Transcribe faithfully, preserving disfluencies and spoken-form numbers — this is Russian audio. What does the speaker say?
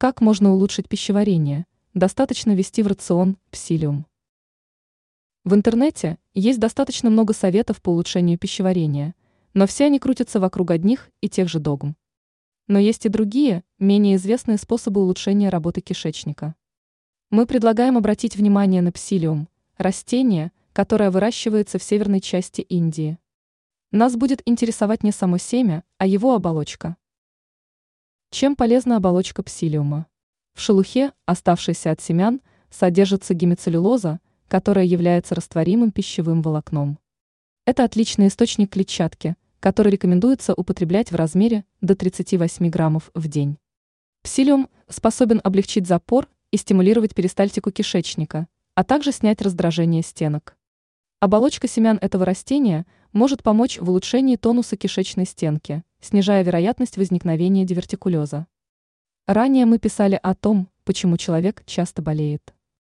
Как можно улучшить пищеварение? Достаточно ввести в рацион псилиум. В интернете есть достаточно много советов по улучшению пищеварения, но все они крутятся вокруг одних и тех же догм. Но есть и другие, менее известные способы улучшения работы кишечника. Мы предлагаем обратить внимание на псилиум, растение, которое выращивается в северной части Индии. Нас будет интересовать не само семя, а его оболочка. Чем полезна оболочка псилиума? В шелухе, оставшейся от семян, содержится гемицеллюлоза, которая является растворимым пищевым волокном. Это отличный источник клетчатки, который рекомендуется употреблять в размере до тридцати восьми граммов в день. Псилиум способен облегчить запор и стимулировать перистальтику кишечника, а также снять раздражение стенок. Оболочка семян этого растения может помочь в улучшении тонуса кишечной стенки, снижая вероятность возникновения дивертикулеза. Ранее мы писали о том, почему человек часто болеет.